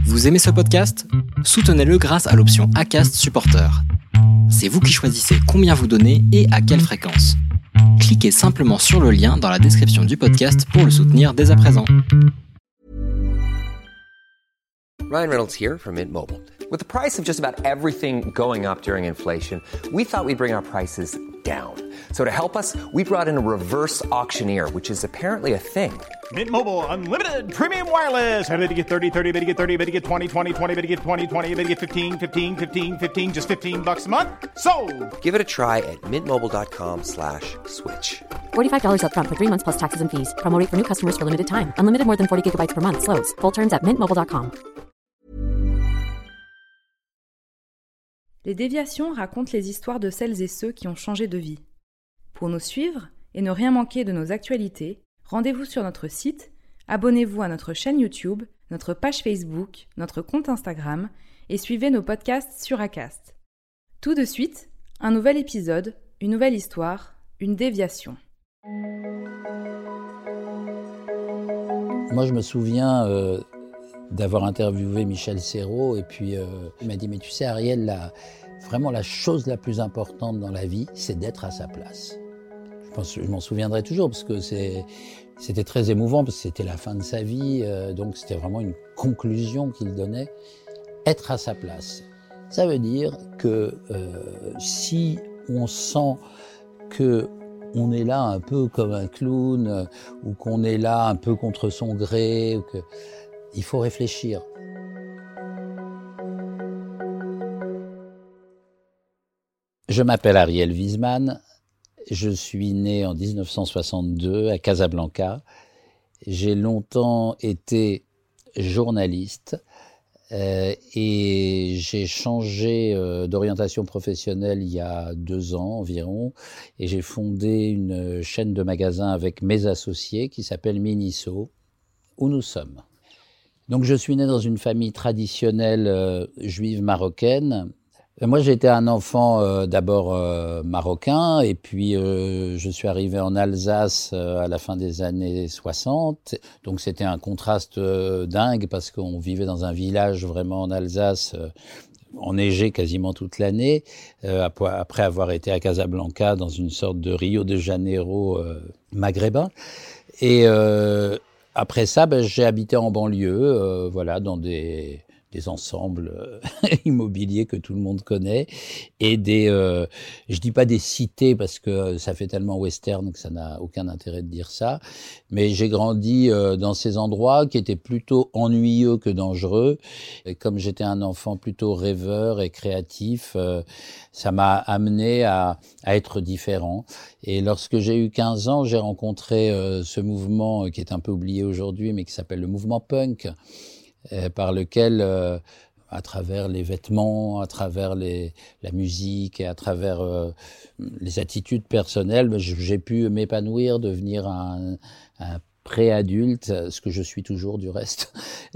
Vous aimez ce podcast ? Soutenez-le grâce à l'option Acast Supporter. C'est vous qui choisissez combien vous donnez et à quelle fréquence. Cliquez simplement sur le lien dans la description du podcast pour le soutenir dès à présent. Ryan Reynolds here from Mint Mobile. With the price of just about everything going up during inflation, we thought we'd bring our prices down. So to help us, we brought in a reverse auctioneer, which is apparently a thing. Mint Mobile Unlimited Premium Wireless. How to get 30, 30, how to get 30, how to get 20, 20, 20, how to get 20, 20, how to get 15, 15, 15, 15, just $15 a month? Sold! Give it a try at mintmobile.com/switch. $45 up front for 3 months plus taxes and fees. Promo rate for new customers for limited time. Unlimited more than 40 gigabytes per month. Slows full terms at mintmobile.com. Les déviations racontent les histoires de celles et ceux qui ont changé de vie. Pour nous suivre et ne rien manquer de nos actualités, rendez-vous sur notre site, abonnez-vous à notre chaîne YouTube, notre page Facebook, notre compte Instagram et suivez nos podcasts sur Acast. Tout de suite, un nouvel épisode, une nouvelle histoire, une déviation. Moi, je me souviens d'avoir interviewé Michel Serrault et puis il m'a dit « Mais tu sais, Ariel, vraiment la chose la plus importante dans la vie, c'est d'être à sa place. » Je m'en souviendrai toujours parce que c'était très émouvant parce que c'était la fin de sa vie, donc c'était vraiment une conclusion qu'il donnait. Être à sa place, ça veut dire que si on sent que on est là un peu comme un clown ou qu'on est là un peu contre son gré, ou il faut réfléchir. Je m'appelle Ariel Wiesmann, je suis né en 1962 à Casablanca. J'ai longtemps été journaliste et j'ai changé d'orientation professionnelle il y a 2 ans environ et j'ai fondé une chaîne de magasins avec mes associés qui s'appelle Miniso, où nous sommes. Donc je suis né dans une famille traditionnelle juive marocaine. Moi j'ai été un enfant d'abord marocain et puis je suis arrivé en Alsace à la fin des années 60. Donc c'était un contraste dingue parce qu'on vivait dans un village vraiment en Alsace enneigé quasiment toute l'année, après avoir été à Casablanca dans une sorte de Rio de Janeiro maghrébin. Et après ça, j'ai habité en banlieue, voilà, dans des ensembles immobiliers que tout le monde connaît et je dis pas des cités parce que ça fait tellement western que ça n'a aucun intérêt de dire ça, mais j'ai grandi dans ces endroits qui étaient plutôt ennuyeux que dangereux. Et comme j'étais un enfant plutôt rêveur et créatif, ça m'a amené à être différent. Et lorsque j'ai eu 15 ans, j'ai rencontré ce mouvement qui est un peu oublié aujourd'hui, mais qui s'appelle le mouvement punk, par lequel, à travers les vêtements, à travers la musique et à travers les attitudes personnelles, j'ai pu m'épanouir, devenir un préadulte, ce que je suis toujours du reste,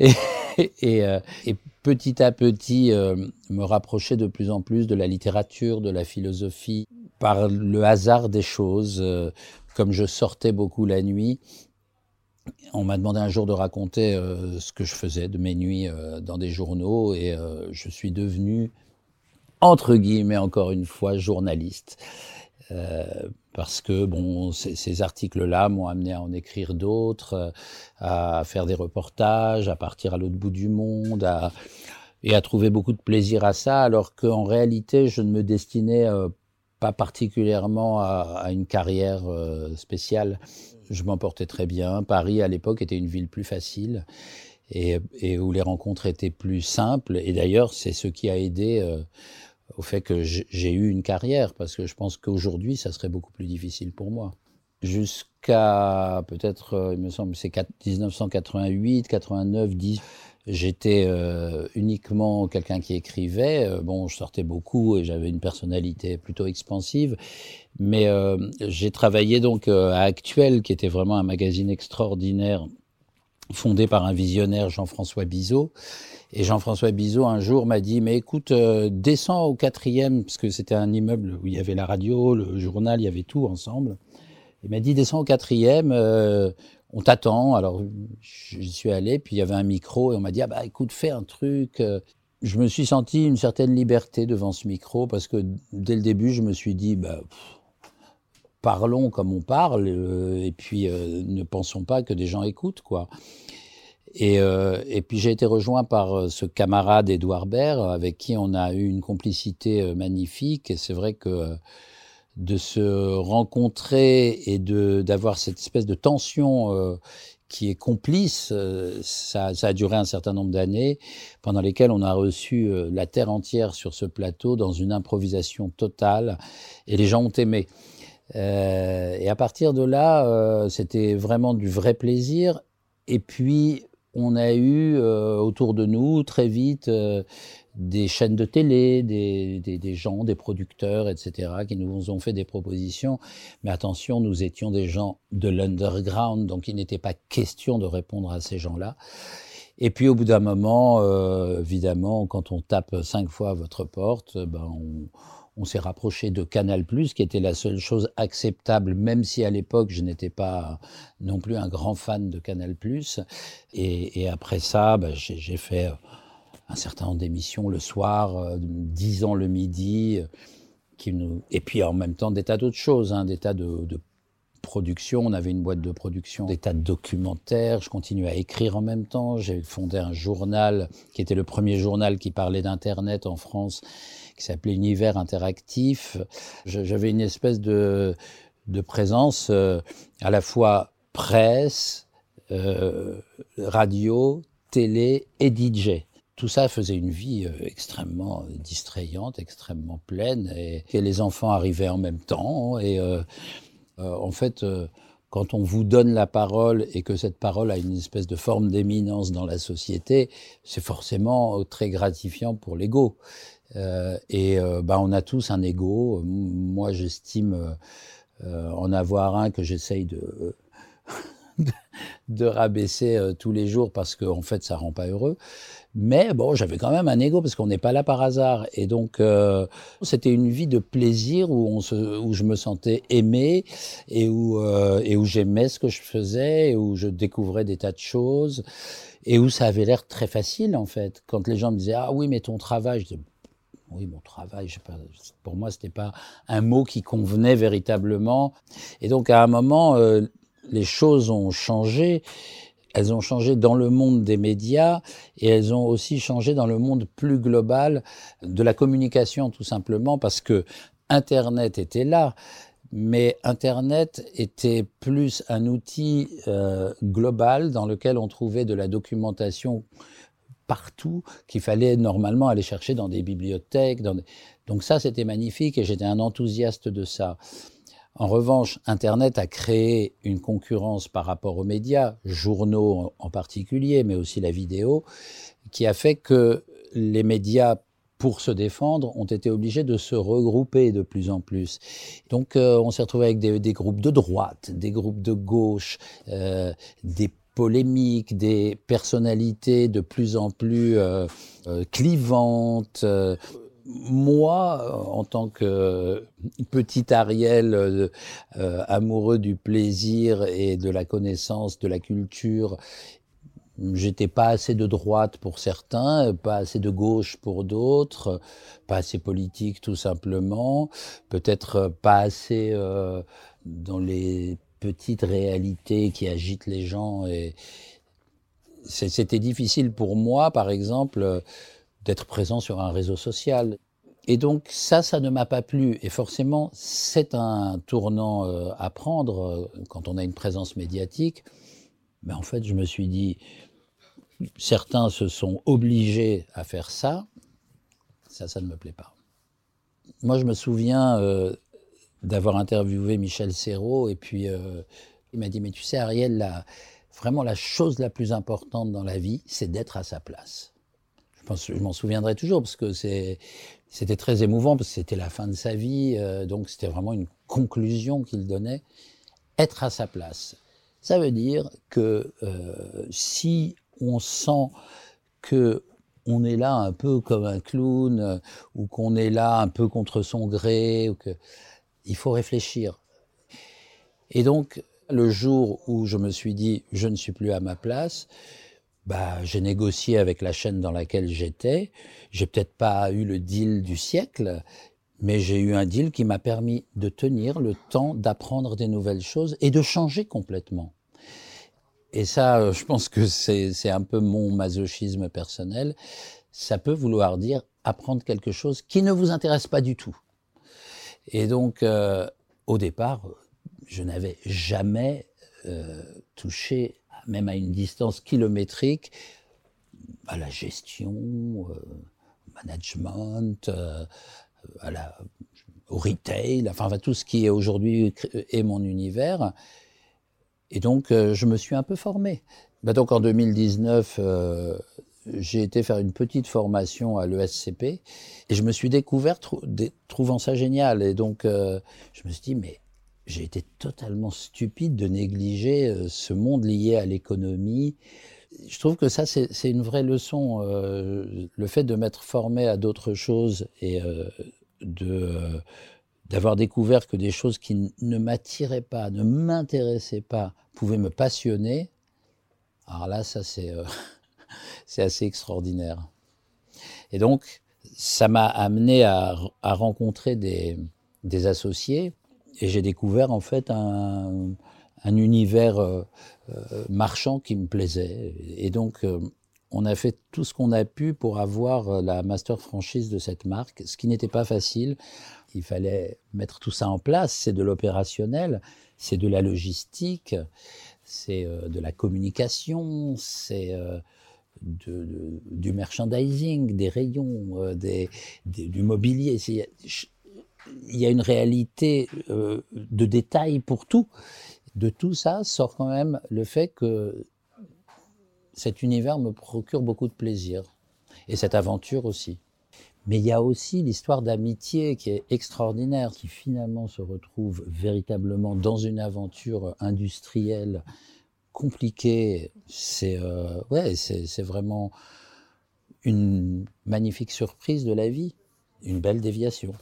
et petit à petit me rapprocher de plus en plus de la littérature, de la philosophie, par le hasard des choses. Comme je sortais beaucoup la nuit, on m'a demandé un jour de raconter ce que je faisais de mes nuits dans des journaux et je suis devenu, entre guillemets encore une fois, journaliste. Parce que bon, ces articles-là m'ont amené à en écrire d'autres, à faire des reportages, à partir à l'autre bout du monde, et à trouver beaucoup de plaisir à ça, alors qu'en réalité, je ne me destinais pas particulièrement à une carrière spéciale. Je m'en portais très bien. Paris, à l'époque, était une ville plus facile et où les rencontres étaient plus simples. Et d'ailleurs, c'est ce qui a aidé au fait que j'ai eu une carrière, parce que je pense qu'aujourd'hui, ça serait beaucoup plus difficile pour moi. Jusqu'à peut-être, il me semble, c'est 1988, 89, 10... J'étais uniquement quelqu'un qui écrivait. Bon, je sortais beaucoup et j'avais une personnalité plutôt expansive. Mais j'ai travaillé donc à Actuel, qui était vraiment un magazine extraordinaire, fondé par un visionnaire, Jean-François Bizot. Et Jean-François Bizot, un jour, m'a dit « Mais écoute, descends au 4e », parce que c'était un immeuble où il y avait la radio, le journal, il y avait tout ensemble. Il m'a dit « Descends au 4e, on t'attend. Alors, j'y suis allé, puis il y avait un micro, et on m'a dit, écoute, fais un truc. Je me suis senti une certaine liberté devant ce micro, parce que dès le début, je me suis dit, parlons comme on parle, et puis ne pensons pas que des gens écoutent, quoi. Et puis j'ai été rejoint par ce camarade Édouard Baird, avec qui on a eu une complicité magnifique, et c'est vrai que de se rencontrer et d'avoir cette espèce de tension qui est complice, ça a duré un certain nombre d'années, pendant lesquelles on a reçu la terre entière sur ce plateau dans une improvisation totale, et les gens ont aimé. Et à partir de là, c'était vraiment du vrai plaisir. Et puis, on a eu autour de nous, très vite, des chaînes de télé, des gens, des producteurs, etc., qui nous ont fait des propositions. Mais attention, nous étions des gens de l'underground, donc il n'était pas question de répondre à ces gens-là. Et puis, au bout d'un moment, évidemment, quand on tape 5 fois à votre porte, on s'est rapproché de Canal+, qui était la seule chose acceptable, même si à l'époque, je n'étais pas non plus un grand fan de Canal+. Et après ça, j'ai fait un certain nombre d'émissions le soir, 10 ans le midi, et puis en même temps des tas d'autres choses, des tas de production. On avait une boîte de production, des tas de documentaires. Je continuais à écrire en même temps. J'ai fondé un journal qui était le premier journal qui parlait d'Internet en France, qui s'appelait Univers Interactif. J'avais une espèce de présence à la fois presse, radio, télé et DJ. Tout ça faisait une vie extrêmement distrayante, extrêmement pleine, et les enfants arrivaient en même temps. Et en fait, quand on vous donne la parole et que cette parole a une espèce de forme d'éminence dans la société, c'est forcément très gratifiant pour l'ego. On a tous un ego. Moi, j'estime en avoir un que j'essaye de rabaisser tous les jours, parce qu'en fait, ça rend pas heureux. Mais bon, j'avais quand même un ego, parce qu'on n'est pas là par hasard. Et donc, c'était une vie de plaisir où je me sentais aimé, et où j'aimais ce que je faisais, et où je découvrais des tas de choses, et où ça avait l'air très facile, en fait. Quand les gens me disaient « Ah oui, mais ton travail », je disais « Oui, mon travail, je sais pas, pour moi, c'était pas un mot qui convenait véritablement. » Et donc, à un moment, les choses ont changé. Elles ont changé dans le monde des médias, et elles ont aussi changé dans le monde plus global de la communication, tout simplement, parce que Internet était là, mais Internet était plus un outil global dans lequel on trouvait de la documentation partout, qu'il fallait normalement aller chercher dans des bibliothèques. Donc ça, c'était magnifique, et j'étais un enthousiaste de ça. En revanche, Internet a créé une concurrence par rapport aux médias, journaux en particulier, mais aussi la vidéo, qui a fait que les médias, pour se défendre, ont été obligés de se regrouper de plus en plus. Donc on s'est retrouvé avec des groupes de droite, des groupes de gauche, des polémiques, des personnalités de plus en plus clivantes. Moi, en tant que petit Ariel amoureux du plaisir et de la connaissance, de la culture, j'étais pas assez de droite pour certains, pas assez de gauche pour d'autres, pas assez politique tout simplement, peut-être pas assez dans les petites réalités qui agitent les gens. Et c'était difficile pour moi, par exemple, d'être présent sur un réseau social. Et donc ça ne m'a pas plu. Et forcément, c'est un tournant à prendre quand on a une présence médiatique. Mais en fait, je me suis dit, certains se sont obligés à faire ça. Ça ne me plaît pas. Moi, je me souviens d'avoir interviewé Michel Serrault, et puis il m'a dit, mais tu sais, Ariel, vraiment la chose la plus importante dans la vie, c'est d'être à sa place. Je m'en souviendrai toujours, parce que c'était très émouvant, parce que c'était la fin de sa vie, donc c'était vraiment une conclusion qu'il donnait. Être à sa place. Ça veut dire que si on sent qu'on est là un peu comme un clown, ou qu'on est là un peu contre son gré, il faut réfléchir. Et donc, Le jour où je me suis dit « je ne suis plus à ma place », j'ai négocié avec la chaîne dans laquelle j'étais. J'ai peut-être pas eu le deal du siècle, mais j'ai eu un deal qui m'a permis de tenir le temps d'apprendre des nouvelles choses et de changer complètement. Et ça, je pense que c'est un peu mon masochisme personnel. Ça peut vouloir dire apprendre quelque chose qui ne vous intéresse pas du tout. Et donc, au départ, je n'avais jamais touché, même à une distance kilométrique, à la gestion, au management, au retail, enfin tout ce qui est aujourd'hui est mon univers. Et donc, je me suis un peu formé. Donc en 2019, j'ai été faire une petite formation à l'ESCP et je me suis découvert trouvant ça génial. Et donc, je me suis dit, mais j'ai été totalement stupide de négliger ce monde lié à l'économie. Je trouve que ça, c'est une vraie leçon. Le fait de m'être formé à d'autres choses et d'avoir découvert que des choses qui ne m'attiraient pas, ne m'intéressaient pas, pouvaient me passionner. Alors là, ça, c'est assez extraordinaire. Et donc, ça m'a amené à rencontrer des associés. Et j'ai découvert en fait un univers marchand qui me plaisait. Et donc, on a fait tout ce qu'on a pu pour avoir la master franchise de cette marque, ce qui n'était pas facile. Il fallait mettre tout ça en place. C'est de l'opérationnel, c'est de la logistique, c'est de la communication, c'est du merchandising, des rayons, du mobilier. Il y a une réalité de détail pour tout. De tout ça sort quand même le fait que cet univers me procure beaucoup de plaisir. Et cette aventure aussi. Mais il y a aussi l'histoire d'amitié qui est extraordinaire, qui finalement se retrouve véritablement dans une aventure industrielle compliquée. C'est vraiment une magnifique surprise de la vie, une belle déviation.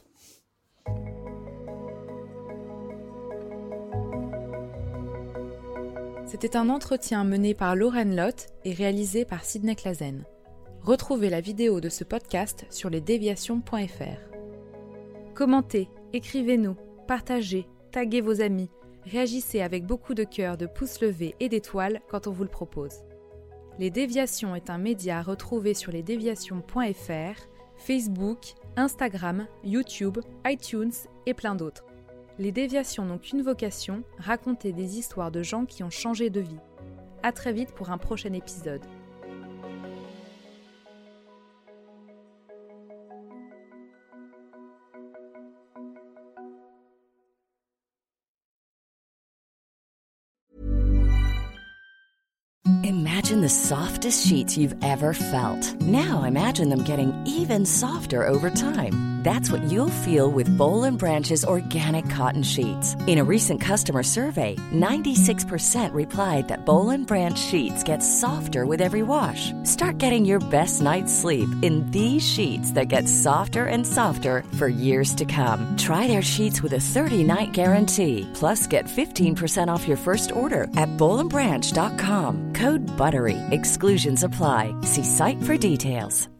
C'était un entretien mené par Lorraine Lott et réalisé par Sidney Clazen. Retrouvez la vidéo de ce podcast sur lesdéviations.fr. Commentez, écrivez-nous, partagez, taguez vos amis, réagissez avec beaucoup de cœur, de pouces levés et d'étoiles quand on vous le propose. Les Déviations est un média à retrouver sur lesdéviations.fr, Facebook, Instagram, YouTube, iTunes et plein d'autres. Les Déviations n'ont qu'une vocation, raconter des histoires de gens qui ont changé de vie. À très vite pour un prochain épisode. Imagine the softest sheets you've ever felt. Now imagine them getting even softer over time. That's what you'll feel with Boll & Branch's organic cotton sheets. In a recent customer survey, 96% replied that Boll & Branch sheets get softer with every wash. Start getting your best night's sleep in these sheets that get softer and softer for years to come. Try their sheets with a 30-night guarantee. Plus, get 15% off your first order at bollandbranch.com. Code BUTTERY. Exclusions apply. See site for details.